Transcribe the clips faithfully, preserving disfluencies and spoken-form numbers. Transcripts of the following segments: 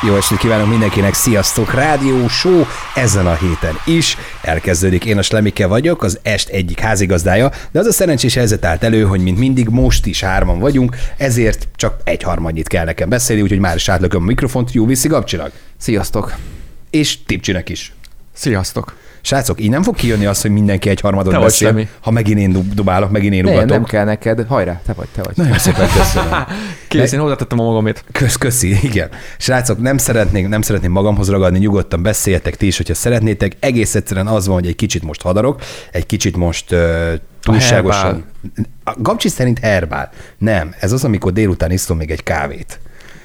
Jó estét kívánok mindenkinek, sziasztok! Rádió show ezen a héten is elkezdődik. Én a Slemike vagyok, az est egyik házigazdája, de az a szerencsés helyzet állt elő, hogy mint mindig most is hárman vagyunk, ezért csak egyharmadnyit kell nekem beszélni, úgyhogy már is átlököm a mikrofont. Jó viszi Gabcsinak. Sziasztok! És Tipcsinek is. Sziasztok! Srácok, így nem fog kijönni az, hogy mindenki egy harmadon beszél, ha megint én dub- dubálok, megint én ugatok. Nem kell neked, hajrá, te vagy, te vagy. Nagyon szépen köszönöm. Kész, én hozzátettem a magamét. Kösz, köszi, igen. Srácok, nem szeretnék, nem szeretném magamhoz ragadni, nyugodtan beszéljetek ti is, hogyha szeretnétek. Egész egyszerűen az van, hogy egy kicsit most hadarok, egy kicsit most uh, túlságosan... A Gabcsi szerint herbál. Nem, ez az, amikor délután iszom még egy kávét.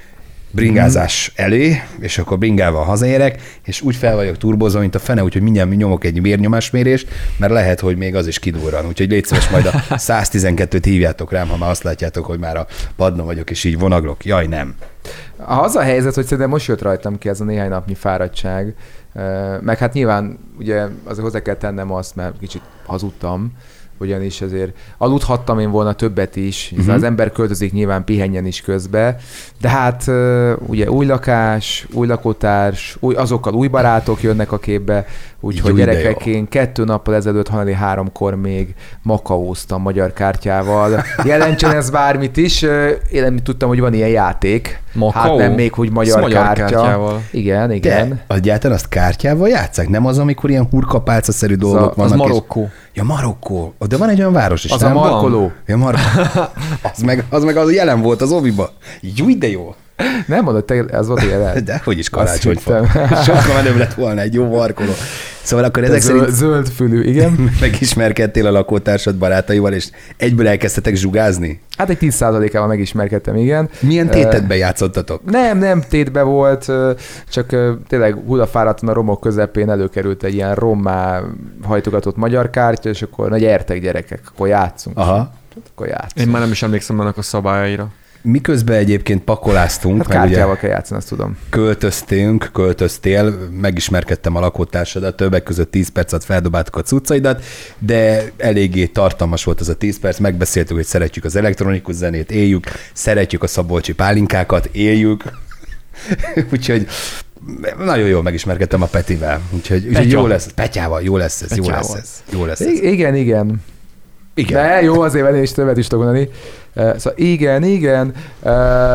Bringázás elé, és akkor bringával hazaérek, és úgy fel vagyok turbozva, mint a fene, úgyhogy mindjárt nyomok egy vérnyomásmérést, mert lehet, hogy még az is kidurran. Úgyhogy légy szíves, majd a száz tizenkettőt hívjátok rám, ha már azt látjátok, hogy már a padnon vagyok, és így vonaglok. Jaj, nem. Az a helyzet, hogy szerintem most jött rajtam ki ez a néhány napnyi fáradtság, meg hát nyilván ugye azért hozzá kell tennem azt, mert kicsit hazudtam, ugyanis azért aludhattam én volna többet is, uh-huh. Az ember költözik, nyilván pihenjen is közbe, de hát ugye új lakás, új lakótárs, új, azokkal új barátok jönnek a képbe, úgyhogy gyerekek, én kettő nappal ezelőtt hajnali háromkor még makaóztam magyar kártyával. Jelentsen ez bármit is, én nem tudtam, hogy van ilyen játék. Makao? Hát nem még, hogy magyar, magyar kártya. kártyával. Igen, igen. De egyáltalán azt kártyával játsszák? Nem az, amikor ilyen hurkapálca-szerű dolgok az vannak? Az Marokkó. És... Ja, Marokkó. De van egy olyan város is, az nem? a Markoló. Ja, Mar... az, meg, az meg az jelen volt az oviba. Júj, de jó. Nem mondod, te, ez volt jelen. De hogy is karácsonyfa. Sokkal menőbb lett volna egy jó Markoló. Szóval akkor ezek zöld, szerint... Zöld fülű, igen. Megismerkedtél a lakótársad barátaival, és egyből elkezdtetek zsugázni? Hát egy tíz százalékával megismerkedtem, igen. Milyen tétetben játszottatok? Nem, nem tétbe volt, csak tényleg hullafáradtan a romok közepén előkerült egy ilyen rommá hajtogatott magyar kártya, és akkor na gyertek gyerekek, akkor játszunk. Aha. Akkor játszunk. Én már nem is emlékszem ennek a szabályaira. Miközben egyébként pakoláztunk, hát kártyával kell játszani, azt tudom. Költöztünk, költöztél, megismerkedtem a lakótársadat, többek között tíz perc alatt feldobáltuk a cuccaidat, de eléggé tartalmas volt az a tíz perc, megbeszéltük, hogy szeretjük az elektronikus zenét, éljük, szeretjük a szabolcsi pálinkákat, éljük, úgyhogy nagyon jól megismerkedtem a Petivel, úgyhogy, úgyhogy jó lesz, Petyával, jó lesz ez, Petyával. jó lesz ez, jó lesz ez. I- igen, igen. Igen. De jó, azért venni is többet is tudok mondani. Uh, szóval igen, igen. Uh,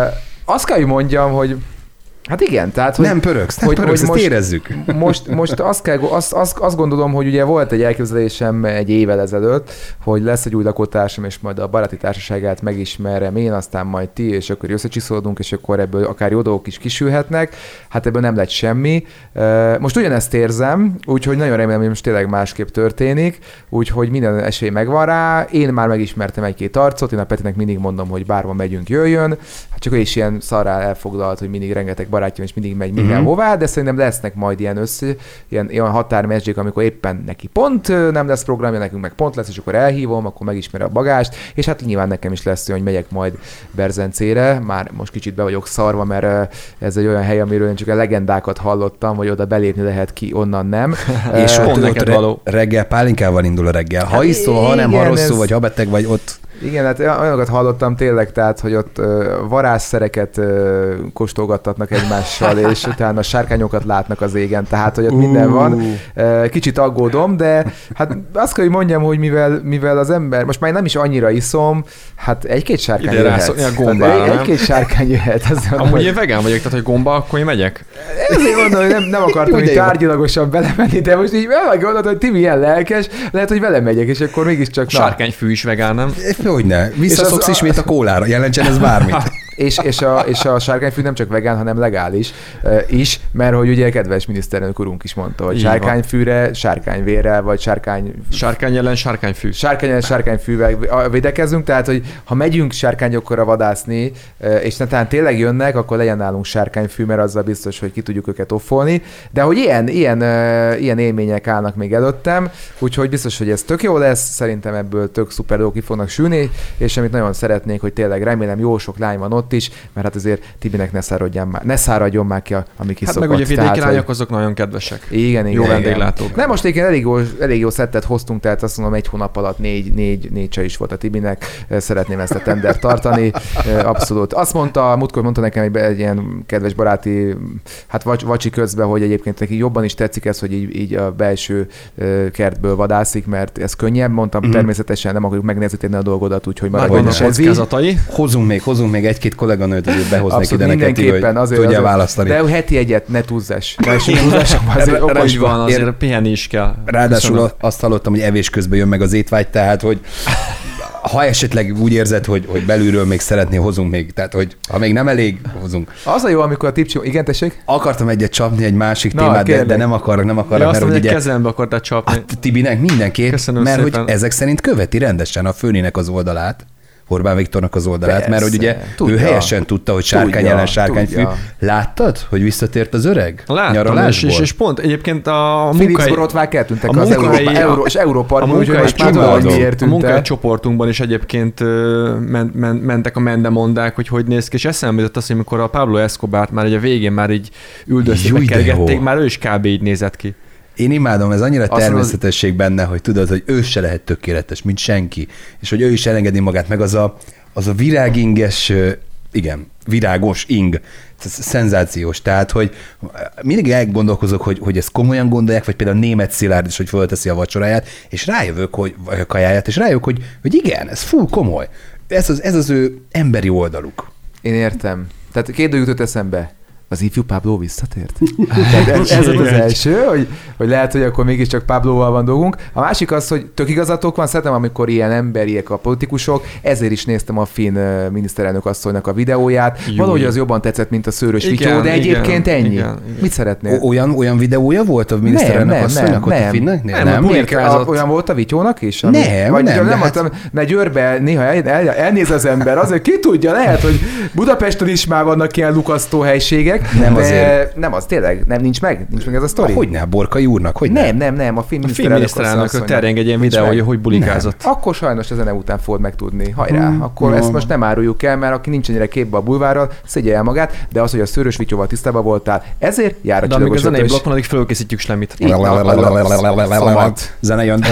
azt kell, hogy mondjam, hogy hát igen, tehát... Hogy, nem pörögsz, nem hogy, pörögsz, hogy ezt most, érezzük. Most, most azt, kell, azt, azt, azt gondolom, hogy ugye volt egy elképzelésem egy évvel ezelőtt, hogy lesz egy új lakótársam, és majd a baráti társaságát megismerem én, aztán majd ti, és akkor összecsiszolódunk, és akkor ebből akár jó dolgok is kisülhetnek. Hát ebből nem lett semmi. Most ugyanezt érzem, úgyhogy nagyon remélem, hogy most tényleg másképp történik, úgyhogy minden esély megvan rá. Én már megismertem egy-két arcot, én a Petinek mindig mondom, hogy bárma megyünk, jöjjön. Hát csak ő is ilyen szarrá elfoglalt, hogy mindig rengeteg barátja, és mindig megy mindenhová, uh-huh. de szerintem lesznek majd ilyen össze, ilyen, ilyen határmesdjék, amikor éppen neki pont nem lesz programja, nekünk meg pont lesz, és akkor elhívom, akkor megismeri a bagást, és hát nyilván nekem is lesz olyan, hogy megyek majd Berzencére, már most kicsit be vagyok szarva, mert ez egy olyan hely, amiről én csak a legendákat hallottam, hogy oda belépni lehet ki, onnan nem. És ott, ott re- való. reggel pálinkával indul a reggel. Ha iszol, ha nem, ha rosszul, ez... vagy ha beteg vagy, ott... Igen, hát olyanokat hallottam tényleg, tehát, hogy ott uh, varázsszereket uh, kóstolgattatnak egymással, és utána sárkányokat látnak az égen, tehát, hogy ott uh. minden van. Uh, kicsit aggódom, de hát azt kell, hogy mondjam, hogy mivel, mivel az ember, most már nem is annyira iszom, hát egy-két sárkány ide jöhet. Rászol, gombára, egy, egy-két sárkány jöhet. Amúgy én vegán vagyok, tehát, hogy gomba, akkor én megyek. Ezért mondom, hogy nem, nem akartam így tárgyilagosan belemenni, de most így megmondod, hogy ti milyen lelkes, lehet, hogy vele megyek, és akkor mégiscsak... Sárkányfű is vegán, nem? Hogyne, visszaszoksz ismét a kólára, jelentsen ez bármit. és, és, a, és a sárkányfű nem csak vegán, hanem legális uh, is, mert hogy ugye kedves miniszterelnök úrunk is mondta, hogy sárkányfűre, sárkányvérrel, vagy sárkány... Sárkány ellen sárkányfű. Sárkány ellen sárkányfűvel védekezünk, tehát hogy ha megyünk sárkányokra vadászni, uh, és netán tényleg jönnek, akkor legyen nálunk sárkányfű, mert azzal biztos, hogy ki tudjuk őket offolni. De hogy ilyen, ilyen, uh, ilyen élmények állnak még előttem, úgyhogy biztos, hogy ez tök jó lesz, szerintem ebből tök szuper dolgok ki fognak sülni, és amit nagyon szeretnék, hogy tényleg remélem jó sok lány van ott, ott is, mert hát azért Tibinek ne száradjon már, ne száradjon már ki, ami kiszokott. Hát meg ugye vidéki tehát, lányok azok nagyon kedvesek. Igen, igen. Jó igen. vendéglátók. Nem, most egyébként elég jó, elég jó szettet hoztunk, tehát azt mondom, egy hónap alatt négy, négy, négy csaj is volt a Tibinek. Szeretném ezt a tendert tartani. Abszolút. Azt mondta, múltkor mondta nekem egy, egy ilyen kedves baráti, hát vacs, vacsi közben, hogy egyébként neki jobban is tetszik ez, hogy így, így a belső kertből vadászik, mert ez könnyebb. Mondtam, mm. természetesen nem akarjuk megnehezíteni a dolgodat, úgyhogy maradjon is ez így. Hozunk még, hozunk még egy-két kolléganőt, hogy behoznék ide neked, hogy tudja választani. De heti egyet ne túzzás. Ne túzzás, azért okos van, azért pihenni is kell. Ráadásul Köszönöm. Azt hallottam, hogy evés közben jön meg az étvágy, tehát hogy ha esetleg úgy érzed, hogy, hogy belülről még szeretnél, hozunk még. Tehát, hogy ha még nem elég, hozunk. Az a jó, amikor a tipcsi... Igen, tessék? Akartam egyet csapni, egy másik Na, témát, de, de nem akarok, nem akarok. Ja, azt mondom, hogy kezembe akartál csapni. A Tibinek mindenképp, Köszönöm mert szépen. hogy ezek szerint követi rendesen a Főninek az oldalát, Orbán Viktornak az oldalát, Persze. mert hogy ugye tudja. Ő helyesen tudta, hogy sárkány tudja, ellen sárkányfű. Tudja. Láttad, hogy visszatért az öreg? Láttam, és, és, és pont egyébként a munkai... Borotvák eltűntek a az munkai, Európa, Euró, és Európarban, úgyhogy most már tudom, hogy miért tűnt. A munkacsoportunkban is egyébként men, men, mentek a mendemondák, hogy hogy néz ki, és eszembe jutott az, hogy amikor a Pablo Escobart már ugye a végén már így üldözték, megkergették, már ő is kb. Így nézett ki. Én imádom, ez annyira természetesség benne, hogy tudod, hogy ő se lehet tökéletes, mint senki, és hogy ő is elengedi magát, meg az a, az a viráginges, igen, virágos ing, ez szenzációs, tehát, hogy mindig elgondolkozok, hogy, hogy ezt komolyan gondolják, vagy például német Szilárd is, hogy fölteszi a vacsoráját, és rájövök, hogy, vagy a kajáját, és rájövök, hogy, hogy igen, ez full komoly. Ez az, ez az ő emberi oldaluk. Én értem. Tehát két dolog jutott eszembe. Az ifjú Pablo visszatért? ez, ez az első, hogy, hogy lehet, hogy akkor mégiscsak Pablóval van dolgunk. A másik az, hogy tök igazatok van, szeretem, amikor ilyen emberiek a politikusok, ezért is néztem a finn miniszterelnök asszonynak a videóját. Jó, valahogy az jobban tetszett, mint a Szőrös Vityó, de egyébként igen, ennyi. Igen, igen. Mit szeretnél? O- olyan, olyan videója volt a miniszterelnök asszonynak ott a finneknél? Nem, nem, nem, nem olyan volt a Vityónak is? Ami, nem, vagy nem. nem hát... mondtam, mert Győrbe néha el, el, elnéz az ember, azért ki tudja, lehet, hogy Budapesten is már vannak ilyen lukasztó helységek. Nem azért. Nem az, tényleg, nem, nincs meg? Nincs meg ez a sztori? Hogyne, Borkai úrnak, hogy nem? Nem, nem, a finn miniszterelnök terjeng egy ilyen videó, hogy hogy bulikázott. Akkor sajnos a zene után fogod megtudni. Hajrá, hmm. akkor no. ezt most nem áruljuk el, mert aki nincs ennyire képbe a bulvárral, szedje el magát, de az, hogy a Szőrös Vityóval tisztában voltál, ezért jár a de amíg a zenei blokkon, addig fölkészítjük Slemmit. Zene jön.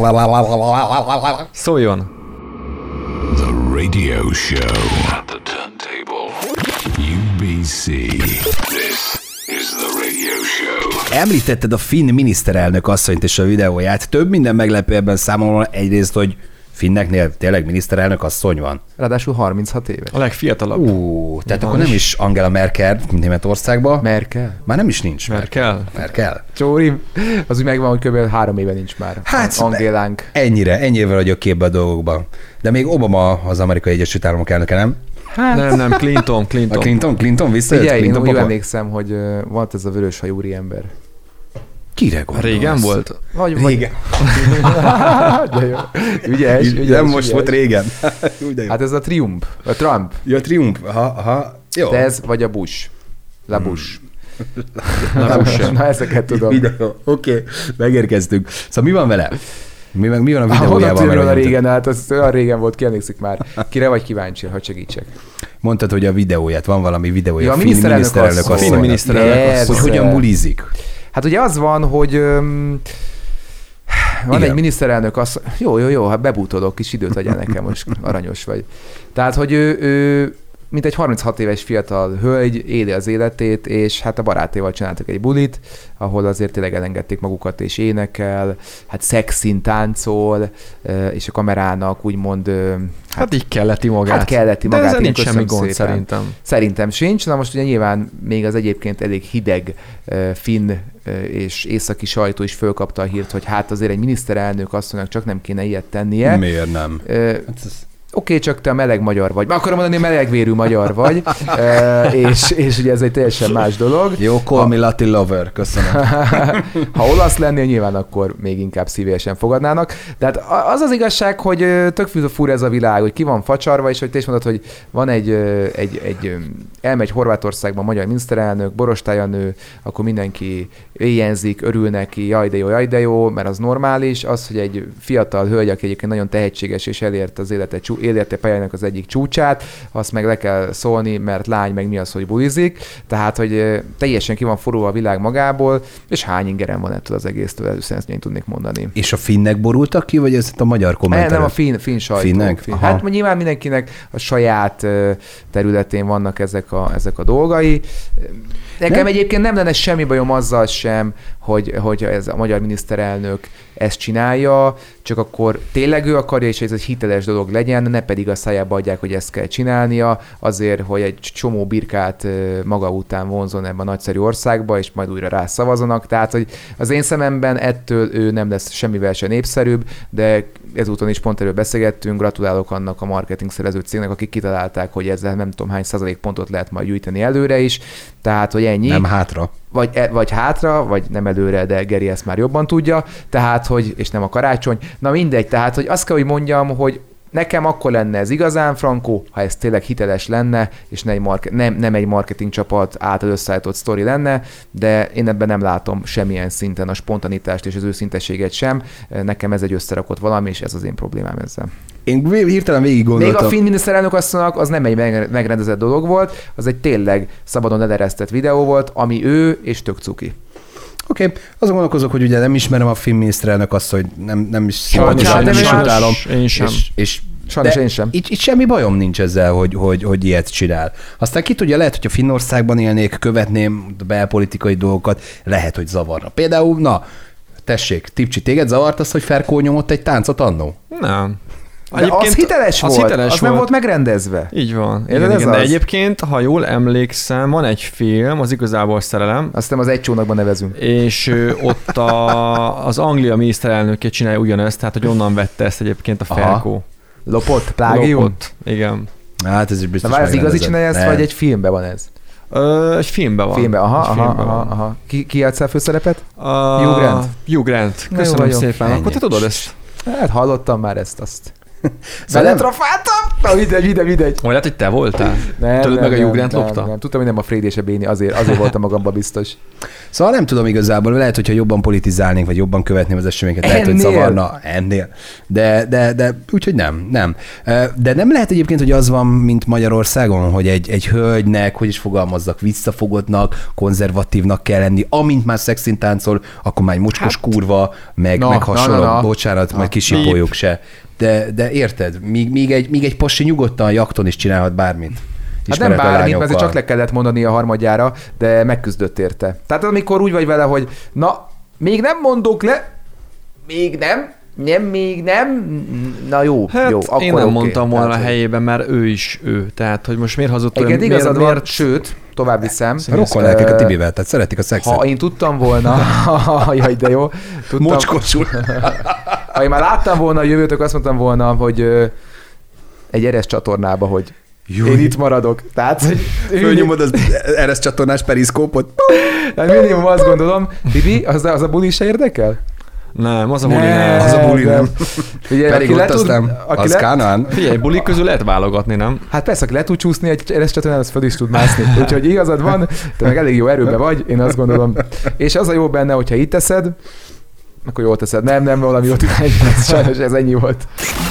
Szóljon. The radio show at the turntable. U B C. This is the radio show. Említetted a finn miniszterelnök asszonyt és a videóját. Több minden meglepő ebben számomra. Egyrészt, hogy finneknél tényleg miniszterelnök asszony van. Ráadásul harminchat éves. A legfiatalabb. Ú, tehát akkor nem is Angela Merkel, mint Németországban. Merkel? Már nem is nincs. Merkel? Merkel. Csóri, az úgy megvan, hogy kb. három éve nincs már. Hát Angelánk. Ennyire, ennyire vagyok képbe a dolgokban. De még Obama az Amerikai Egyesült Államok elnöke, nem? Hát. Nem, nem, Clinton, Clinton. A Clinton, Clinton visszajött? Figyelj, Clinton én úgy papa? emlékszem, hogy uh, volt ez a vörös hajú úriember. Kire gondolsz? Régen volt? Vagy, régen. De jó. Ügyes, ügyes, nem most ügyes. volt régen. Hát ez a Triumph, a Trump. Ja, Triumph. Ha, ha. Jó. De ez vagy a Bush. La Bush. Hmm. La Bush. Na, ezeket tudom. Oké, okay. Megérkeztünk. Szóval mi van vele? Mi, mi van a videójával? Honnan tudja, a régen, hát az olyan régen volt, ki emlékszik már. Kire vagy kíváncsi, hogy segítsek? Mondtad, hogy a videóját, van valami videója. Ja, a miniszterelnök asszony. Hogy hogyan bulizik. Hát ugye az van, hogy um, van igen. egy miniszterelnök asszony. Jó, jó, jó, hát bebútolok, kis időt adjál nekem, most aranyos vagy. Tehát, hogy ő, ő mint egy harminchat éves fiatal hölgy éli az életét, és hát a barátéval csináltak egy bulit, ahol azért tényleg elengedték magukat, és énekel, hát szexin táncol, és a kamerának úgymond... Hát, hát így kelleti magát. Hát kelleti magát. De ezzel nincs semmi gond szépen. szerintem. Szerintem sincs. Na most ugye nyilván még az egyébként elég hideg uh, finn uh, és északi sajtó is fölkapta a hírt, hogy hát azért egy miniszterelnök asszonynak csak nem kéne ilyet tennie. Miért nem? Uh, hát ez... Oké, okay, csak te a meleg magyar vagy. Már akarom mondani, melegvérű magyar vagy, e, és, és ugye ez egy teljesen más dolog. Jó, call me Latin lover, köszönöm. Ha olasz lennél, nyilván akkor még inkább szívesen fogadnának. Tehát az az igazság, hogy tök fúr ez a világ, hogy ki van facsarva, és hogy te is mondod, hogy van egy, egy, egy elmegy Horvátországban magyar miniszterelnök, borostájanő, akkor mindenki éjjenzik, örül neki, jaj de jó, jaj de jó, mert az normális. Az, hogy egy fiatal hölgy, aki egyébként nagyon tehetséges és elért az életet élete pályának az egyik csúcsát, azt meg le kell szólni, mert lány meg mi az, hogy bulizik. Tehát, hogy teljesen ki van forulva a világ magából, és hány ingeren van ettől az egésztől, ezt én tudnék mondani. És a finnek borultak ki, vagy ez a magyar kommentelők? Nem, a finn, finn sajtó. Finnek? Finn. Hát nyilván mindenkinek a saját területén vannak ezek a, ezek a dolgai. Nekem nem? egyébként nem lenne semmi bajom azzal sem, hogy, hogy ez a magyar miniszterelnök ezt csinálja, csak akkor tényleg ő akarja, és ez egy hiteles dolog legyen, ne pedig a szájába adják, hogy ezt kell csinálnia, azért, hogy egy csomó birkát maga után vonzon ebben a nagyszerű országba, és majd újra rászavazanak. Tehát, hogy az én szememben ettől ő nem lesz semmivel se népszerűbb, de ezúton is pont erről beszélgettünk, gratulálok annak a marketing szerező cégnek, akik kitalálták, hogy ezzel nem tudom hány százalék pontot lehet majd gyűjteni előre is, tehát, hogy ennyi. Nem hátra. Vagy, vagy hátra, vagy nem előre, de Geri ezt már jobban tudja, tehát, hogy, és nem a karácsony. Na mindegy, tehát, hogy azt kell, hogy mondjam, hogy nekem akkor lenne ez igazán frankó, ha ez tényleg hiteles lenne, és nem egy, market, nem, nem egy marketing csapat által összeállított sztori lenne, de én ebben nem látom semmilyen szinten a spontanitást és az őszintességet sem. Nekem ez egy összerakott valami, és ez az én problémám ezzel. Én hirtelen végig gondoltam. Még a finn miniszterelnök asszonynak az nem egy megrendezett dolog volt, az egy tényleg szabadon eleresztett videó volt, ami ő és tök cuki. Oké, okay. Azon gondolkozok, hogy ugye nem ismerem a finn miniszterelnök azt, hogy nem, nem is szimpatikusan, nem is utálom. Én sem. És, és Sajnos én sem. Itt, itt semmi bajom nincs ezzel, hogy, hogy, hogy ilyet csinál. Aztán ki tudja, lehet, hogyha Finnországban élnék, követném a belpolitikai dolgokat, lehet, hogy zavarna. Például, na, tessék, Tipcsi, téged zavart az, hogy Ferkó nyomott egy táncot annó? Nem. De az hiteles az volt, hiteles az volt. nem volt megrendezve. Így van. Igen, igen, igen. az? De egyébként, ha jól emlékszem, van egy film, az igazából szerelem. Azt nem az egy csónakban nevezünk. És ő, ott a, az Anglia miniszterelnöke csinálja ugyanezt, tehát hogy onnan vette ezt egyébként a Ferkó. Lopott? Plágium? Lopott, igen. Hát ez is biztos. Na, az igazi csinálja ezt, vagy egy filmben van ez? Ö, egy filmben van. Filmben, aha, egy aha, filmben aha, van. aha. Ki, ki játsza a főszerepet? Uh, Hugh Grant. Hugh Grant. Na, Köszönöm jó, szépen. Ennyi. Akkor te tudod ezt? Hát hallottam már ezt, azt. Szóval Beletrafáltam? Na, mindegy, mindegy, mindegy. Vagy lehet, hogy te voltál? Nem, Tudod, nem, meg a Hugh Grant nem, lopta? Nem, nem, tudtam, hogy nem a Frédi és a Béni, azért, azért voltam magamban biztos. Szóval nem tudom igazából, lehet, hogyha jobban politizálnék, vagy jobban követném az eseményeket, lehet, hogy Ennél? zavarna ennél. De, de, de úgyhogy nem, nem. De nem lehet egyébként, hogy az van, mint Magyarországon, hogy egy, egy hölgynek, hogy is fogalmazzak, visszafogottnak, konzervatívnak kell lenni, amint már szexin táncol, akkor már egy mocskos hát, kurva, meg, na, meg hasonló, na, na, na. bocsánat, Na. majd kisipoljuk se. De, de érted, míg, míg, egy, míg egy pasi nyugodtan a jakton is csinálhat bármit. Hát nem bármit, mert csak le kellett mondani a harmadjára, de megküzdött érte. Tehát amikor úgy vagy vele, hogy na, még nem mondok le, még nem, nem, még nem, na jó, Hát jó, akkor én nem oké. mondtam volna Tehát, a helyében, mert ő is ő. Tehát, hogy most miért hazott Igen, miért, igazad van, miért... sőt, tovább viszem. Rokon lelkek a Tibivel, tehát szeretik a szexet. Ha én tudtam volna, jaj, de jó. Tudtam, Mocskosul. ha én már láttam volna a jövőt, akkor azt mondtam volna, hogy ö, egy eres csatornába, hogy Jó. én itt maradok. Tehát, hogy Fölnyomod az eresz csatornás periszkópot. hát minimum azt gondolom, Tibi, az, az a buli se érdekel? Nem, az a buli Nem. nem. Az a buli nem. Figyelj, Pedig aki ott le tud- aztán aki az le- Kánaán. Figyelj, bulik közül lehet válogatni, nem? Hát persze, aki le tud csúszni egy eres csatornán, az fel is tud mászni. Úgyhogy igazad van, te meg elég jó erőben vagy, én azt gondolom. És az a jó benne, hogyha itt teszed, akkor jól teszed. Nem, nem, valami jót ennyi, sajnos ez ennyi volt.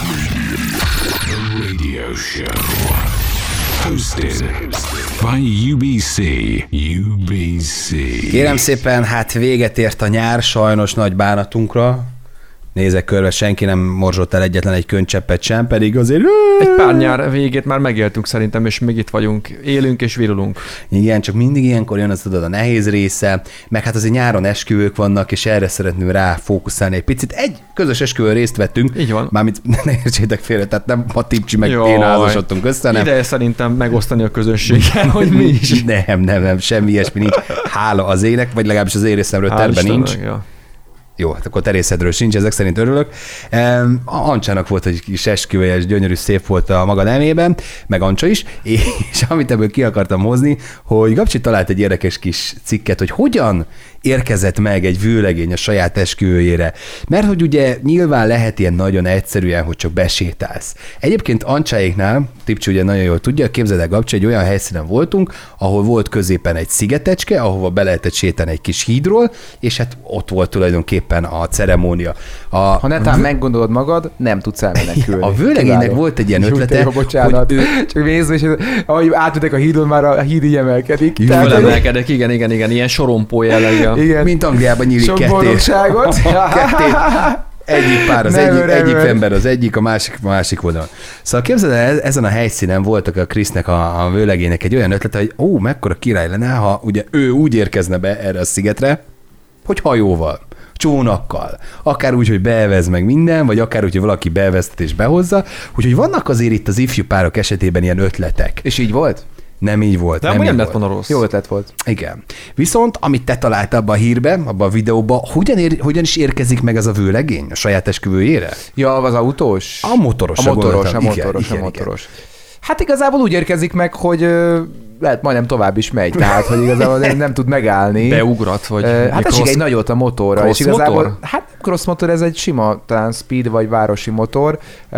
Radio show. Hosted by U B C. U B C. Kérem szépen, hát véget ért a nyár, sajnos nagy bánatunkra. Nézek körbe, senki nem morzsolt el egyetlen egy könycseppet sem, pedig azért... Egy pár nyár végét már megéltünk szerintem, és még itt vagyunk. Élünk és virulunk. Igen, csak mindig ilyenkor jön az, tudod, a nehéz része, meg hát azért nyáron esküvők vannak, és erre szeretném rá fókuszálni egy picit. Egy közös esküvőn részt vettünk. Így van. Mármint ne értsétek félre, tehát nem a Tipcsi meg Jaj. én házasodtunk össze, nem. Ideje szerintem megosztani a közönséggel, hogy mi is. Nem, nem, nem, semmi ilyesmi nincs. Hála az ének, vagy legalábbis az én részemről Hál' terben nincs. Istennek, ja. Jó, hát akkor terészedről sincs, ezek szerint örülök. Um, Ancsának volt egy kis esküvője, és gyönyörű szép volt a maga nemében, meg Ancsa is, és amit ebből ki akartam hozni, hogy Gabcsi talált egy érdekes kis cikket, hogy hogyan érkezett meg egy vőlegény a saját esküvőjére. Mert hogy ugye nyilván lehet ilyen nagyon egyszerűen, hogy csak besétálsz. Egyébként Ancsáéknál, Tipcsi ugye nagyon jól tudja, képzeld el, Gabcsi, egy olyan helyszínen voltunk, ahol volt középen egy szigetecske, ahova be lehetett sétálni egy kis hídról, és hát ott volt tulajdonképpen a ceremónia. A, ha netán v... meggondolod magad, nem tudsz elmenekülni. A vőlegénynek volt egy ilyen ötlete, jó, bocsánat, hogy ő... csak nézd, és ahogy átültek a hídon, már a híd így emelkedik. Jól emelkedek, igen, igen, igen, ilyen sorompó jelleggel. Igen. Mint Angliában nyílik sok ketté. boldogságot. ketté. Egyik pár az egyik, egyik ember az egyik, a másik a másik oldalon. Szóval képzeld el, ezen a helyszínen voltak a Krisznek, a, a vőlegének egy olyan ötlete, hogy ó, mekkora király lenne, ha ugye ő úgy érkezne be erre a szigetre, hogy hajóval, csónakkal, akár úgy, hogy beevez meg minden, vagy akár úgy, hogy valaki beeveztet és behozza, úgyhogy vannak azért itt az ifjú párok esetében ilyen ötletek. És így volt? Nem így volt. De nem, nem így lett volt. volna rossz. Jó ötlet volt. Igen. Viszont, amit te találtál abban a hírben, abban a videóban, hogyan, ér, hogyan is érkezik meg ez a vőlegény a saját esküvőjére? Ja, az autós? A motoros. A motoros, a motoros, igen, a igen, motoros. Igen. Hát igazából úgy érkezik meg, hogy ö, lehet majdnem tovább is megy, tehát hogy igazából nem, nem tud megállni. Beugrat, vagy... Uh, hát esik egy nagyot a motorra. Cross és igazából, motor? Hát cross motor, ez egy sima, talán speed vagy városi motor. Uh,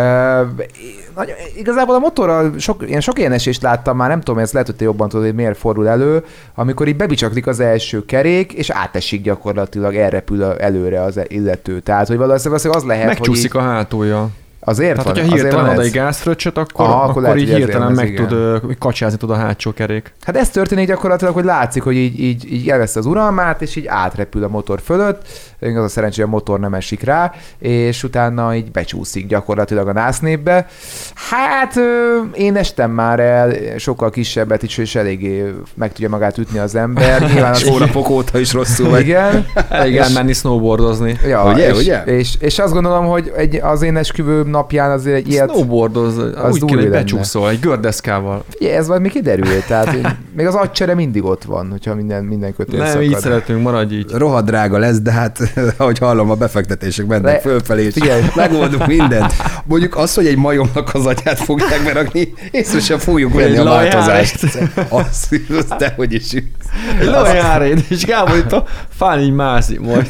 nagy, igazából a motorral sok ilyen, sok ilyen esést láttam már, nem tudom, ez lehet, hogy te jobban tudod, hogy miért fordul elő, amikor így bebicsaklik az első kerék, és átesik gyakorlatilag, elrepül előre az illető. Tehát, hogy valószínűleg az lehet, megcsúszik hogy a hátulja. Azért Tehát, van, hogyha hirtelen ad ez. egy gázfröccsöt, akkor, Aha, akkor, akkor lehet, így hogy hirtelen meg igen. tud kacsázni tud a hátsó kerék. Hát ez történik gyakorlatilag, hogy látszik, hogy így, így, így elvesz az uralmát, és így átrepül a motor fölött. Az a szerencsé, hogy a motor nem esik rá, és utána így becsúszik gyakorlatilag a násznépbe. Hát én estem már el sokkal kisebbet is, és eléggé meg tudja magát ütni az ember. Nyilván az hónapok óta is rosszul vagy. Igen. Elég elmenni snowboardozni. Ja, ugye, és, ugye? És, és azt gondolom, hogy egy, az én esküvő napján azért egy ilyet... Snowboardoz, az úgy kell, hogy lenne. becsúszol, egy gördeszkával. Figyelj, ez majd még kiderül, tehát hogy még az agycsere mindig ott van, hogyha minden, minden kötél Nem, szakad. így szeretünk, maradj így. Rohadt drága lesz, de hát, ahogy hallom, a befektetések mennek Le- fölfelé, és Figyelj. megoldunk mindent. Mondjuk az, hogy egy majomnak az agyát fogják berakni, észre sem fogjuk venni Egy a lajhárét. változást. Az, az dehogy is. Egy lajhárét, és Gábor itt a fán így mászik majd.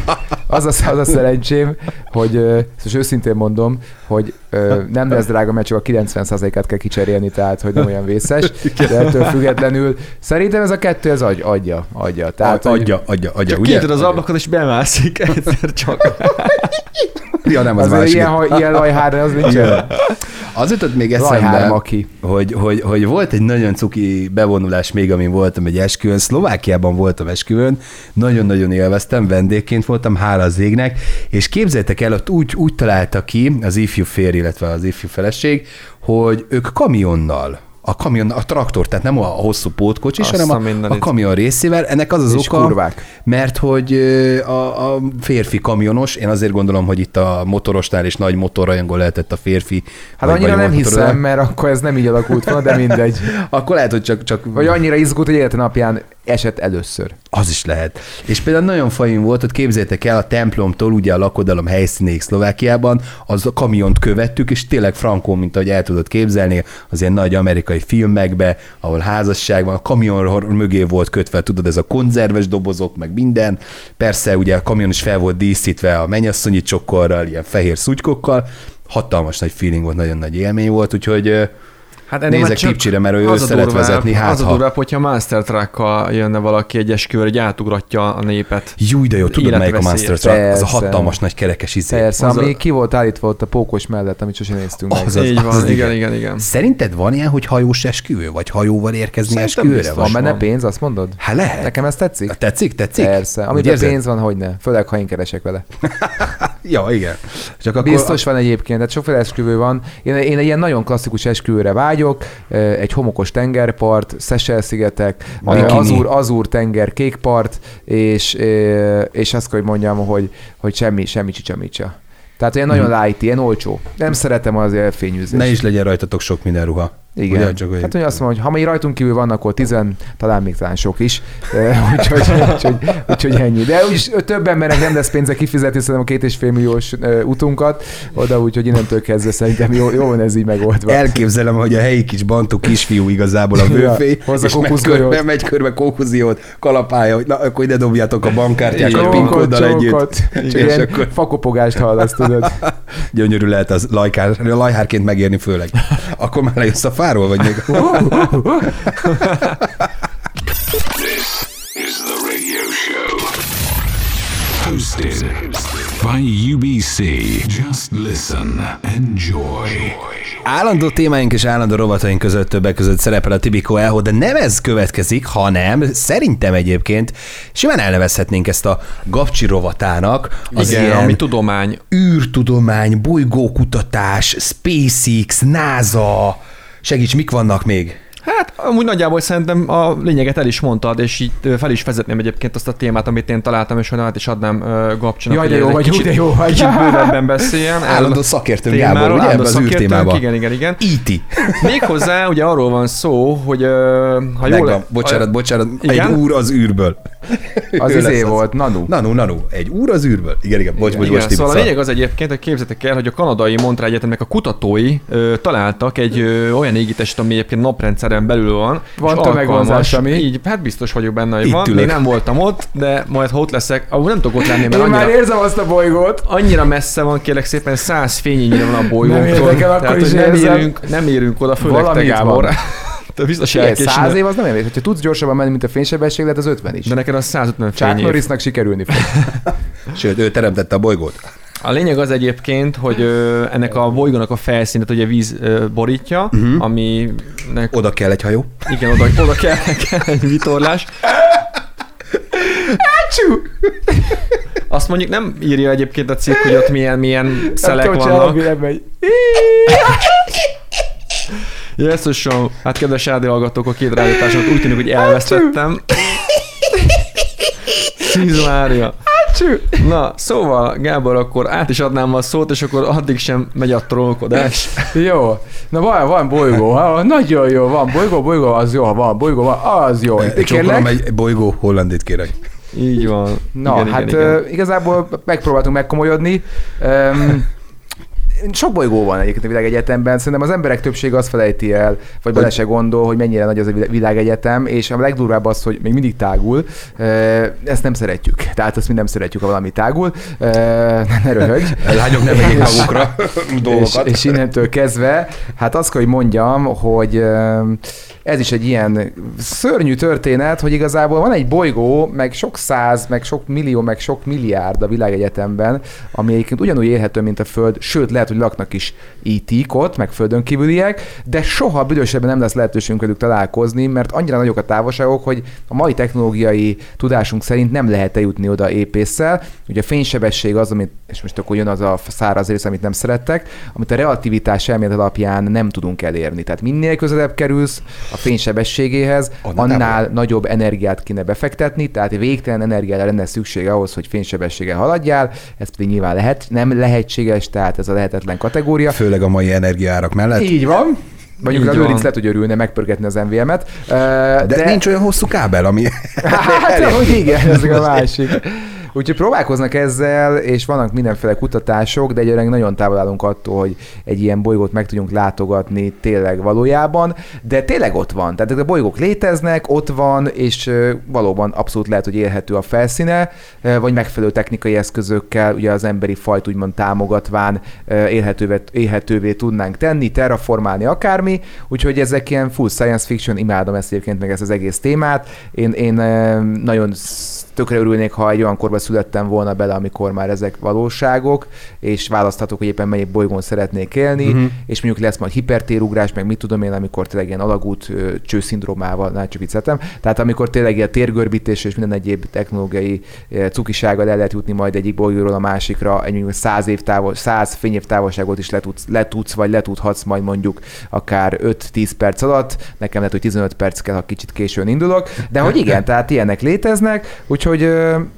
Az a, az a szerencsém, hogy ö, most őszintén mondom, hogy ö, nem lesz drága, mert csak a kilencven százalékát kell kicserélni, tehát hogy nem olyan vészes, de ettől függetlenül szerintem ez a kettő, ez agy, adja, adja. Tehát, hogy Adja, adja, adja, Csak ugye? kinyitod az ablakot, és bemászik egyszer csak. Ja, nem, az azért másik. ilyen, ha- ilyen lajhár, az nincsen. Az jutott még Lajhár eszembe, maki. hogy, hogy, hogy volt egy nagyon cuki bevonulás még, amin voltam egy esküvőn. Szlovákiában voltam esküvőn, nagyon-nagyon élveztem, vendégként voltam, hála az égnek, és képzeljétek el, ott úgy, úgy találta ki az ifjú férj, illetve az ifjú feleség, hogy ők kamionnal, a kamion, a traktor, tehát nem a hosszú pótkocsis, Azt hanem a a, a mindenit. kamion részével. Ennek az az És oka, kurvák. mert hogy ö, a, a férfi kamionos, én azért gondolom, hogy itt a motorosnál és nagy motorrajongó lehetett a férfi. Hát vagy- annyira vagy nem motorozó. hiszem, mert akkor ez nem így alakult volna, de mindegy. Akkor lehet, hogy csak, csak Vagy annyira izgult, hogy élete napján esett először. az is lehet. És például nagyon fajn volt, hogy képzeljétek el, a templomtól ugye a lakodalom helyszínéig Szlovákiában, az a kamiont követtük, és tényleg frankó, mint ahogy el tudod képzelni, az ilyen nagy amerikai filmekbe, ahol házasság van, a kamion mögé volt kötve, tudod, ez a konzerves dobozok, meg minden. Persze ugye a kamion is fel volt díszítve a mennyasszonyi csokorral, ilyen fehér szutykokkal. Hatalmas nagy feeling volt, nagyon nagy élmény volt, úgyhogy Hát nézek Tipcsire, mert ő, ő szeret vezetni. Hát, az a ha... durvább, hogyha Master Truck-kal jönne valaki egy esküvőre, hogy átugratja a népet. Júj, de jó, tudod, melyik a Master Életveszélyes. Truck? Az a Persze. hatalmas nagy kerekes izé. Persze, Az ami a- ki volt állítva ott a pókos mellett, amit sosem néztünk meg. Az az- Így van, az igen, igen. igen, igen. Szerinted van ilyen, hogy hajós esküvő? Vagy hajóval érkezni Szerintem esküvőre? biztos. Vagy? Van benne van. pénz, azt mondod? Hát lehet. Nekem ez tetszik? Tetszik? Tetszik? Persze. Úgy Amiben érzed? pénz van, hogy ne. Főleg, ha én keresek vele. Ja, igen. Csak akkor... Biztos van egyébként, tehát sokféle esküvő van. Én, én egy ilyen nagyon klasszikus esküvőre vágyok, egy homokos tengerpart, Seychelles-szigetek, Bikini. Azur, Azur tenger, kékpart, és, és azt kell, hogy mondjam, hogy, hogy semmi, semmi csicsamicsa. Tehát ilyen nagyon light, ilyen olcsó. Nem szeretem az elfényűzést. Ne is legyen rajtatok sok minden ruha. Igen. Ugye, csak, hát hogy azt mondom, hogy ha még rajtunk kívül vannak, akkor tizen, talán még talán sok is. Úgyhogy úgy, úgy, úgy, úgy ennyi. De úgyis több embernek nem lesz pénze kifizetni szerintem a két és fél milliós uh, utunkat oda, úgyhogy innentől kezdve szerintem jó, jó van ez így megoldva. Elképzelem, hogy a helyi kis bantú kisfiú igazából a bőfély, ja, és megy körbe, megy körbe kókuziót, kalapálja, hogy na, akkor ide dobjátok a bankkártyákat a pinkóddal együtt. Csak ilyen akkor... fakopogást hallasz, tudod. Gyönyörű lehet az lajkár, lajhárként megérni főleg. Akkor már lejössz a fáról, vagy még? This is the radio show. Hosted by U B C. Just listen, enjoy. Állandó témáink és állandó rovataink között többek között szerepel a Tibico Elho, de nem ez következik, hanem szerintem egyébként simán elnevezhetnénk ezt a Gabcsi rovatának. Az igen, ami tudomány. űrtudomány, bolygókutatás, SpaceX, NASA, segíts, mik vannak még? Hát amúgy nagyjából szerintem a lényeget el is mondtad, és így fel is vezetném egyébként azt a témát, amit én találtam, és hogy át is adnám uh, Gabcsinak. Jaj, de jó vagy, kicsit, de jó vagy. Kicsit bővebben beszéljen. Állandó szakértőnk Gábor, ugye ebben az űrtémában. Igen, igen, igen. í té. Méghozzá ugye arról van szó, hogy uh, ha jól... Megvan, bocsánat, bocsánat, igen? Egy úr az űrből. Az izé volt, Nanu. Nanu, Nanu. Egy úr az űrből. Igen, igen, bocs, bocs, bocs. Szóval a lényeg az egyébként, hogy képzeljétek el, hogy a kanadai Montreal Egyetemnek a kutatói ö, találtak egy ö, olyan égitestet, ami egyébként naprendszeren belül van. Van tömegvonzás, ami? Így, hát biztos vagyok benne, hogy van. Még nem voltam ott, de majd ha ott leszek, ahol nem tudok ott lenni, mert én annyira... már érzem azt a bolygót. Annyira messze van, kérlek szépen, száz fényényire van a bolygótól. Nem érdekel, akkor tehát, is nem érünk, nem érünk oda, főleg te, Gábor. Biztos száz év az nem érés. Ha tudsz gyorsabban menni, mint a fénysebesség, lehet az ötven is. De neked az száz ötven fényév. Chuck Norrisnak sikerülni fog. Sőt, ő teremtette a bolygót. A lényeg az egyébként, hogy ö, ennek a bolygónak a felszínet ugye víz ö, borítja, uh-huh. ami... Oda kell egy hajó. Igen, oda, oda kell, kell egy vitorlás. Ácsú! Azt mondjuk nem írja egyébként a cikk, hogy ott milyen, milyen szelek vannak. Jesszusom, hát kedves rádióhallgatók, a két rádiótársamat úgy tűnik, hogy elvesztettem. Szíz Mária. Na, szóval Gábor, akkor át is adnám a szót, és akkor addig sem megy a trollkodás. Jó. Na van, van bolygó. Ha, nagyon jó, van bolygó, bolygó az jó, ha van bolygó, van, az jó. Csókolom egy bolygó, Hollandit kérek. Így van. Na, igen, hát igen, igen. igazából megpróbáltunk megkomolyodni. Um, Sok bolygó van egyébként a világegyetemben, szerintem az emberek többsége azt felejti el, vagy bele se gondol, hogy mennyire nagy az a világegyetem, és a legdurvább az, hogy még mindig tágul. Ezt nem szeretjük. Tehát azt mi nem szeretjük, ha valami tágul. Ne röhögj. Lányok nem megyek magukra dolgokat. És, és innentől kezdve, hát azt kell, hogy mondjam, hogy ez is egy ilyen szörnyű történet, hogy igazából van egy bolygó, meg sok száz, meg sok millió, meg sok milliárd a világegyetemben, ami egyébként ugyanúgy érhető, mint a Föld, sőt, lehet, hogy laknak is í té-k ott, meg földön kívüliek, de soha büdösebben nem lesz lehetőségünk velük találkozni, mert annyira nagyok a távolságok, hogy a mai technológiai tudásunk szerint nem lehet eljutni oda épésszel. Ugye a fénysebesség az, amit, és most akkor jön az a száraz rész, amit nem szerettek, amit a relativitás elmélet alapján nem tudunk elérni. Tehát minél közelebb kerülsz a fénysebességéhez, annál, annál nagyobb energiát kéne befektetni, tehát végtelen energiára lenne szükség ahhoz, hogy fénysebességgel haladjál, ez pedig nyilván lehet, nem lehetséges, tehát ez a lehetetlen kategória. Főleg a mai energiaárak mellett. Így van. Mondjuk a Lőrinc lehet, hogy örülne megpörgetni az em vé em-et. De, de nincs olyan hosszú kábel, ami... Hát, hogy igen, ez a másik. Úgyhogy próbálkoznak ezzel, és vannak mindenféle kutatások, de egyébként nagyon távol állunk attól, hogy egy ilyen bolygót meg tudjunk látogatni tényleg valójában, de tényleg ott van. Tehát a bolygók léteznek, ott van, és valóban abszolút lehet, hogy érhető a felszíne, vagy megfelelő technikai eszközökkel, ugye az emberi fajt úgymond támogatván élhetővé, élhetővé tudnánk tenni, terraformálni akármi, úgyhogy ezek ilyen full science fiction, imádom ezt egyébként meg ezt az egész témát. Én, én nagyon tökre örülnék, ha egy olyan korban születtem volna bele, amikor már ezek valóságok, és választhatok, hogy éppen melyik bolygón szeretnék élni, uh-huh. és mondjuk lesz majd hipertérugrás, meg mit tudom én, amikor tényleg ilyen alagút csőszindrómával, na csak vicceltem. Tehát amikor tényleg ilyen térgörbítés és minden egyéb technológiai cukisággal el lehet jutni majd egyik bolygóról a másikra, egy száz év távol, száz fényév távolságot is letudsz, letudsz, vagy letudhatsz majd mondjuk akár öt-tíz perc alatt. Nekem lehet, hogy tizenöt perc kell, ha kicsit későn indulok, de hogy igen, tehát ilyenek léteznek, úgyhogy Úgyhogy tök jó majd a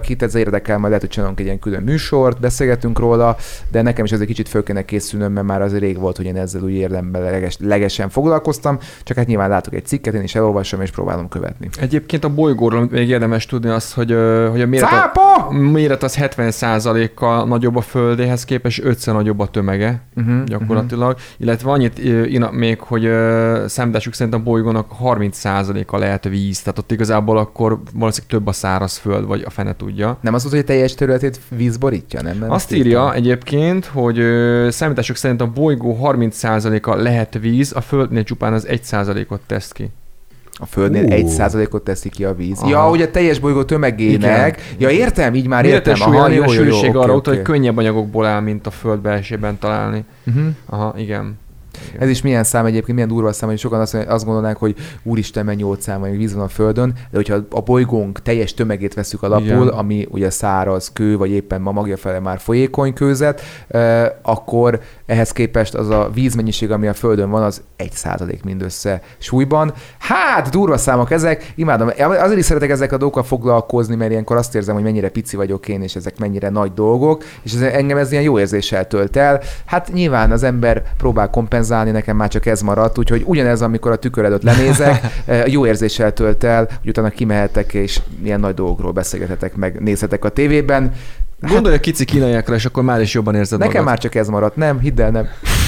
akit ez érdekel, majd lehet, hogy csinálunk egy ilyen külön műsort, beszélgetünk róla, de nekem is ez egy kicsit föl kéne készülnöm, mert már azért rég volt, hogy én ezzel úgy érdemben leges, legesen foglalkoztam, csak hát nyilván látok egy cikket, én is elolvasom és próbálom követni. Egyébként a bolygóról még érdemes tudni azt, hogy, hogy a méret, a, méret az hetven százalékkal nagyobb a Földéhez képest, ötször nagyobb a tömege uh-huh, gyakorlatilag, uh-huh. illetve annyit ina, még, hogy számításuk szerint a bolygónak harminc százaléka lehet víz, tehát ott igazából akkor valószínűleg több a szárazföld, vagy a fene tudja. Nem az volt, hogy a teljes területét víz borítja, nem? nem azt írja írtam. Egyébként, hogy ö, számítások szerint a bolygó harminc százaléka lehet víz, a Földnél csupán az egy százalékot tesz ki. A Földnél uh. egy százalékot teszi ki a víz. Aha. Ja, hogy a teljes bolygó tömegének. Igen. Ja, értem, így már értem. Aha, jó, jó, jó, sűrűség okay, arra okay. hogy könnyebb anyagokból áll, mint a Föld belsejében találni. Uh-huh. Aha, igen. Igen. Ez is milyen szám egyébként, milyen durva szám, hogy sokan azt, azt gondolnák, hogy úristen, mennyi óceán vagy víz van a Földön, de hogyha a bolygónk teljes tömegét veszük alapul, igen. ami ugye száraz kő, vagy éppen ma magja fele már folyékony kőzet, eh, akkor ehhez képest az a vízmennyiség, ami a Földön van, az egy százalék mindössze súlyban. Hát, durva számok ezek, imádom. Azért is szeretek ezek a dolgokkal foglalkozni, mert ilyenkor azt érzem, hogy mennyire pici vagyok én, és ezek mennyire nagy dolgok, és ez, engem ez ilyen jó érzéssel tölt el. Hát nyilván az ember próbál kompenzálni, nekem már csak ez maradt, úgyhogy ugyanez, amikor a tükör előtt lenézek, jó érzéssel tölt el, hogy utána kimehetek, és ilyen nagy dolgokról beszélgethetek, meg nézhetek a tévében. Hát, gondolj a kici kínaiakra, és akkor már is jobban érzed nekem magad. Már csak ez maradt, nem? Hidd el, nem.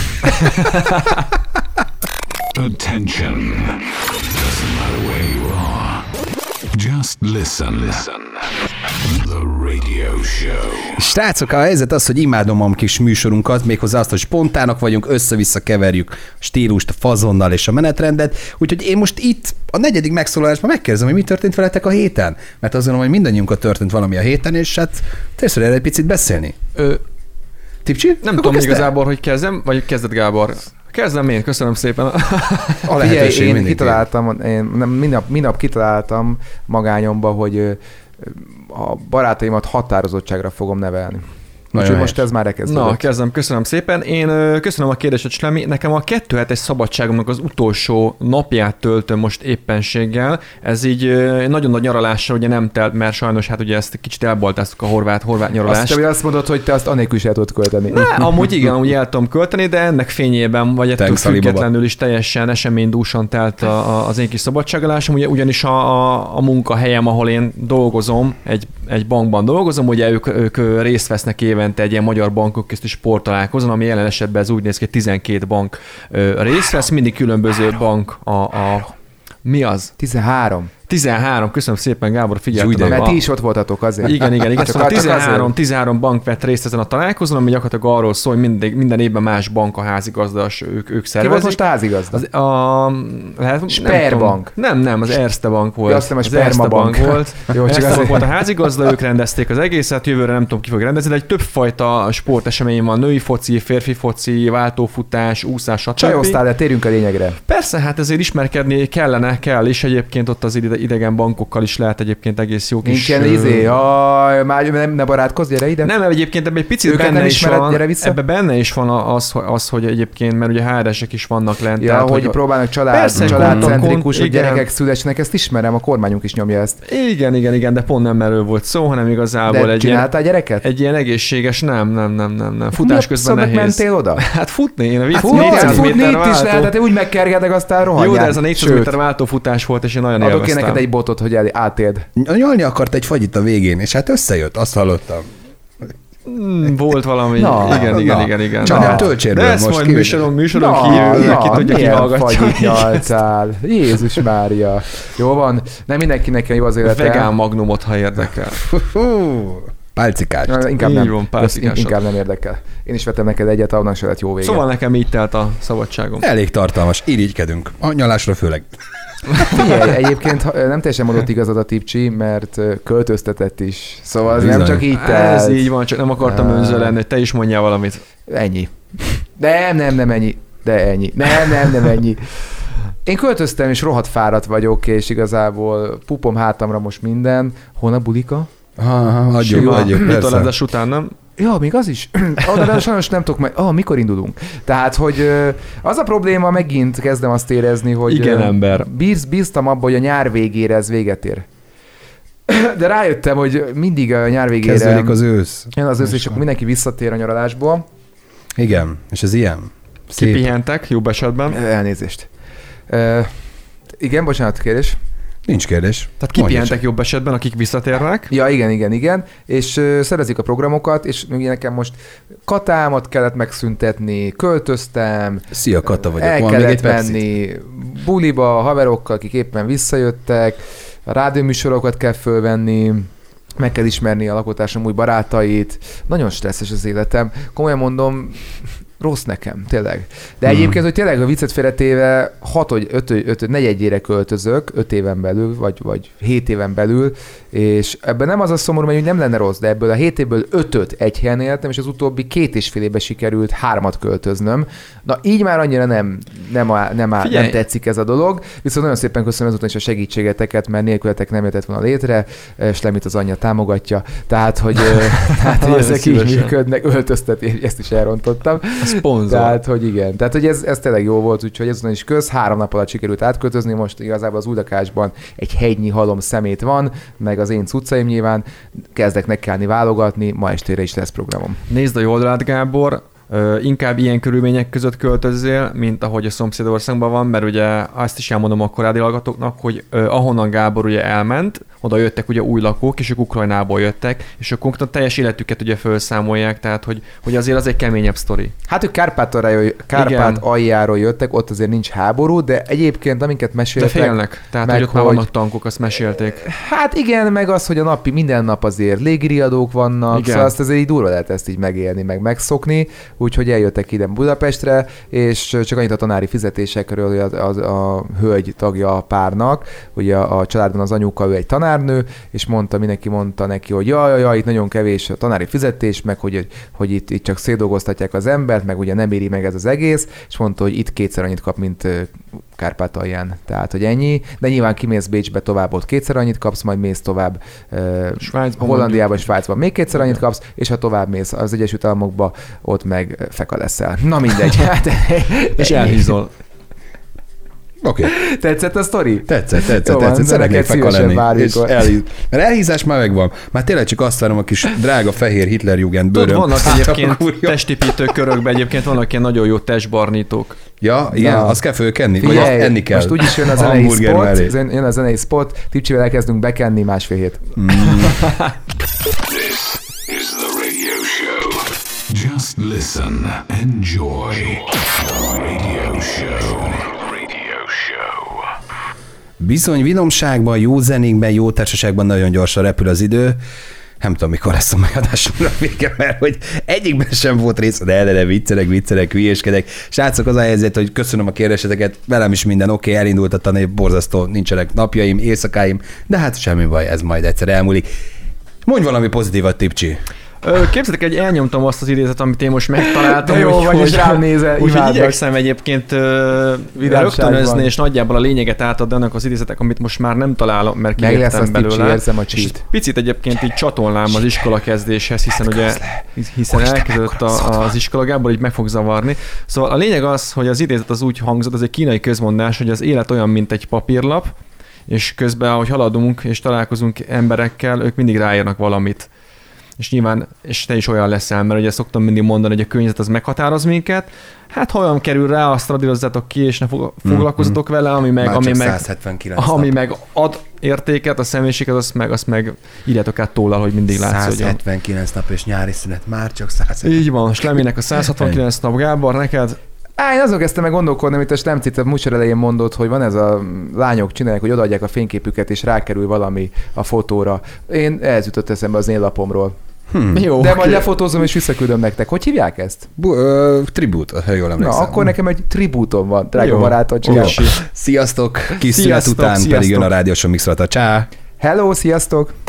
Attention. Doesn't matter where you are. Just listen. Listen. The Radio Show. Srácok, a helyzet az, hogy imádom a kis műsorunkat, méghozzá azt, hogy spontának vagyunk, össze-vissza keverjük a stílust, a fazonnal és a menetrendet, úgyhogy én most itt a negyedik megszólalásban megkérdezem, hogy mi történt veletek a héten, mert azt gondolom, hogy mindannyiunkkal történt valami a héten, és hát tényleg erre egy picit beszélni. Ö, Tipcsi? Nem Akkor tudom igazából, hogy kezdem, vagy kezded Gábor? Kezdem én, köszönöm szépen. A lehetőség én kitaláltam, én mindnap, mindnap kitaláltam magányomba, hogy a barátaimat határozottságra fogom nevelni. Úgyhogy most ez már elkezdődött. Na, kezdem, köszönöm szépen. Én ö, köszönöm a kérdést, Slemi. Nekem a kettő hetes szabadságomnak az utolsó napját töltöm most éppenséggel. Ez így ö, nagyon nagy nyaralással ugye nem telt, mert sajnos hát ugye ezt kicsit elbaltáztuk a horvát, horvát nyaralást. Azt, azt mondod, hogy te azt anélkül is el tudod költeni. Ne, amúgy igen, amúgy el tudom költeni, de ennek fényében, vagy ettől függetlenül is teljesen eseménydúsan telt a, a, az én kis szabadságolásom. Ugye, ugyanis a, a, a munkahelyem, ahol én dolgozom, egy, egy bankban dolgozom, ugye ők, ők részt vesznek éven egy ilyen magyar bankok közti sporttalálkozón, ami jelen esetben ez úgy néz ki, hogy tizenkét bank ö, részt vesz, mindig különböző bank a, a... Mi az? tizenhárom. tizenhárom, köszönöm szépen, Gábor, figyeltem. Mert ti is ott voltatok azért. Igen, igen, igen. Szóval tizenhárom, tizenhárom bank vett részt ezen a találkozón, ami gyakorlatilag arról szól, hogy minden, minden évben más bank a házigazda, ők, ők szervezik. Ki volt most a házigazda? Az, a, lehet, Sperbank. Nem, nem, az Erste Bank volt. Ja, azt hiszem, a Sperma Bank volt. Jó, csak Erste Bank volt a házigazda, ők rendezték az egészet, jövőre nem tudom, ki fog rendezni, de egy többfajta sportesemény van, női foci, férfi foci, váltófutás, úszás, stb. Csajoztál, de térjünk a lényegre. Persze, hát ezért ismerkedni kellene, kell, és egyébként ott az idegen bankokkal is lehet egyébként egész jó kis... Nincsen izé, jaj, már nem, ne barátkozz, gyere ide. Nem, egyébként ebben egy picit őket benne is ismered, van, ebben benne is van az, az, hogy egyébként, mert ugye há er esek is vannak lent. Ja, tehát, hogy, hogy próbálnak család, családcentrikus, hogy gyerekek szülessenek, ezt ismerem, a kormányunk is nyomja ezt. Igen, igen, igen, de pont nem erről volt szó, hanem igazából de egy csináltál ilyen, gyereket? Egy ilyen egészséges, nem, nem, nem, nem, nem. Futás közben nehéz. Mentél oda? Hát futni, én a vicc, hát négyszáz méter váltó. Is lehet, úgy megkergedek, aztán rohanjál. Jó, de ez a négyszáz méter váltófutás volt, és én nagyon élveztem. Adok én neked egy botot, hogy átéld. Nyalni akart egy fagyit a végén, és hát összejött, azt hallottam. Hmm, volt valami, na, igen, igen, na. igen, igen. Csak nem töltsérből most. De ezt majd műsoron, műsoron na, kívül, na, ki tudja, ki hallgatja. Fagyit nyalcál. Jézus Mária. Jó van, nem mindenkinek jó az élete. Vegán magnumot, ha érdekel. Pálcikás. Inkább nem, van, inkább nem érdekel. Én is vettem neked egyet, annak se lett jó vége. Szóval nekem így telt a szabadságom. Elég tartalmas, irigykedünk. A nyalásra főleg. Figyelj, egyébként nem teljesen mondott igazad a Tipcsi, mert költöztetett is. Szóval ez nem csak így telt. Ez így van, csak nem akartam önző lenni, hogy te is mondjál valamit. Ennyi. Nem, nem, nem ennyi. De ennyi. Nem, nem, nem ennyi. Én költöztem, és rohadt fáradt vagyok, és igazából pupom hátamra most minden. Hol a bulika? Aha, adjuk, adjuk, persze. Utalázás után, nem? Ja, még az is. Oh, de sajnos nem tudok majd. Ah, mikor indulunk? Tehát, hogy az a probléma, megint kezdem azt érezni, hogy... Igen, ember. Bíz, bíztam abban, hogy a nyár végére ez véget ér. De rájöttem, hogy mindig a nyár végére... Kezdődik az ősz. Jön az ősz, és akkor mindenki visszatér a nyaralásból. Igen, és ez ilyen. Szép. Kipihentek, jobb esetben. Elnézést. Uh, igen, bocsánat, kérdés. Nincs kérdés. Tehát kipihentek jobb esetben, akik visszatérnek. Ja, igen, igen, igen. És uh, szerezik a programokat, és ugye nekem most katámat kellett megszüntetni, költöztem. Szia, Kata vagyok. El Van kellett menni buliba, haverokkal, akik éppen visszajöttek. A rádióműsorokat kell fölvenni. Meg kell ismerni a lakótársam új barátait. Nagyon stresszes az életem. Komolyan mondom, rossz nekem, tényleg. De hmm. egyébként, hogy tényleg a viccet félretéve hat, vagy öt, öt, negyedjére költözök, öt éven belül, vagy, vagy hét éven belül, és ebben nem az a szomorú, mert nem lenne rossz, de ebből a hét évből ötöt egy helyen éltem, és az utóbbi két és fél évben sikerült hármat költöznöm. Na így már annyira nem, nem, nem, nem, nem tetszik ez a dolog, viszont nagyon szépen köszönöm ezután is a segítségeteket, mert nélkületek nem jöttett volna létre, Slemit az anyja támogatja, tehát, hogy, tehát, hogy ezek így működnek, öltözteti, ezt is elrontottam. Szponzor. Tehát, hogy igen. Tehát, hogy ez, ez tényleg jó volt, úgyhogy ezután is köz. Három nap alatt sikerült átköltözni, most igazából az új lakásban egy hegynyi halom szemét van, meg az én cuccaim nyilván. Kezdek nekelni, válogatni, ma estére is lesz programom. Nézd a jó oldalát, Gábor. Uh, inkább ilyen körülmények között költözzél, mint ahogy a szomszédországban van, mert ugye azt is elmondom a korábbi hallgatóknak, hogy uh, ahonnan Gábor ugye elment, oda jöttek ugye új lakók, és ők Ukrajnából jöttek, és ők konkrétan teljes életüket ugye felszámolják, tehát hogy, hogy azért az egy keményebb sztori. Hát ők Kárpát aljáról jöttek, ott azért nincs háború, de egyébként amiket meséltek... De félnek, tehát hogy ott hogy... már vannak tankok, azt mesélték. Hát igen, meg az, hogy a napi, minden nap azért légiriadók vannak, igen. Szóval azt azért így durva lehet ezt így megélni, meg megszokni, úgyhogy eljöttek ide Budapestre, és csak annyit a tanári fizetésekről, hogy a, a, a hölgy tagja a párnak, ugye a, a családban az anyuka, ő egy tanárnő, és mondta, mindenki mondta neki, hogy jaj, jaj, jaj, itt nagyon kevés a tanári fizetés, meg hogy, hogy itt, itt csak szétdolgoztatják az embert, meg ugye nem éri meg ez az egész, és mondta, hogy itt kétszer annyit kap, mint Kárpátalján. Tehát, hogy ennyi, de nyilván kimész Bécsbe tovább, ott kétszer annyit kapsz, majd mész tovább uh, Hollandiába, Svájcban még kétszer annyit kapsz, és ha tovább mész az Egyesült Államokba, ott meg feka leszel. Na mindegy. És elhízol. Oké. Okay. Tetszett a sztori? Tetszett, tetszett, Jó, tetszett. Szeretnék feka lenni. És elhíz... Mert elhízás már megvan. Már tényleg csak azt várom a kis drága fehér Hitlerjugend bőröm. Vannak egyébként testépítő körökben, egyébként vannak ilyen nagyon jó testbarnítók. Ja, igen, azt kell fölkenni, Figyelj, vagy azt enni kell. Most úgyis jön a zenei spot, jön a zenei spot, Tipcsivel elkezdünk bekenni másfél hét. Mm. This is the radio show. Just listen, enjoy. Radio show. Radio show. Bizony vinomságban, jó zenékben, jó társaságban nagyon gyorsan repül az idő. Nem tudom, mikor lesz a mai adásomra vége, mert hogy egyikben sem volt rész, de de, de viccelek, viccelek, hülyéskedek. Srácok, az a helyzet, hogy köszönöm a kérdéseteket, velem is minden oké, okay, elindult a tanév, borzasztó, nincsenek napjaim, éjszakáim, de hát semmi baj, ez majd egyszer elmúlik. Mondj valami pozitívat, Tipcsi. Képzeljétek, hogy elnyomtam azt az idézet, amit én most megtaláltam. De jó, úgy, vagy hogy rám nézel, úgyhogy igyekszem egyébként uh, rögtönözni, és nagyjából a lényeget átadni annak az idézetek, amit most már nem találom, mert kiértem belőle. Érzem a és picit egyébként így csatolnám az iskola kezdéshez, hiszen ugye hiszen elkezdődött az iskola, Gábor így meg fog zavarni. Szóval a lényeg az, hogy az idézet az úgy hangzott, az egy kínai közmondás, hogy az élet olyan, mint egy papírlap, és közben, ahogy haladunk és találkozunk emberekkel, ők mindig ráírnak valamit. És nyilván, és te is olyan leszel, mert ugye szoktam mindig mondani, hogy a környezet az meghatároz minket. Hát ha olyan kerül rá, azt radírozzátok ki, és ne foglalkozzatok mm, vele, ami meg, ami meg, ami meg ad értéket, a személyiséget, azt meg, azt meg írjátok át tollal, hogy mindig látsz. száz hetvenkilenc nap és nyári szünet, már csak száz hetvenkilenc. Így van, Sleminek a száz hatvankilenc nap. Gábor, neked? Á, én azon kezdtem meg gondolkodni, amit a Slemcit a műsor elején mondott, hogy van ez a lányok csinálják, hogy odaadják a fényképüket, és rákerül valami a fotóra. Én ehhez jutott eszembe az én lapomról. Hmm. Jó, de majd lefotózom és visszaküldöm nektek. Hogy hívják ezt? Bu- ö, tribút, ha jól emlékszem. Na, akkor nekem egy tribútom van, drága barátom. Sziasztok! Kis szünet után sziasztok. Pedig jön a Rádió Show Mix Rata. Csá! Hello, sziasztok!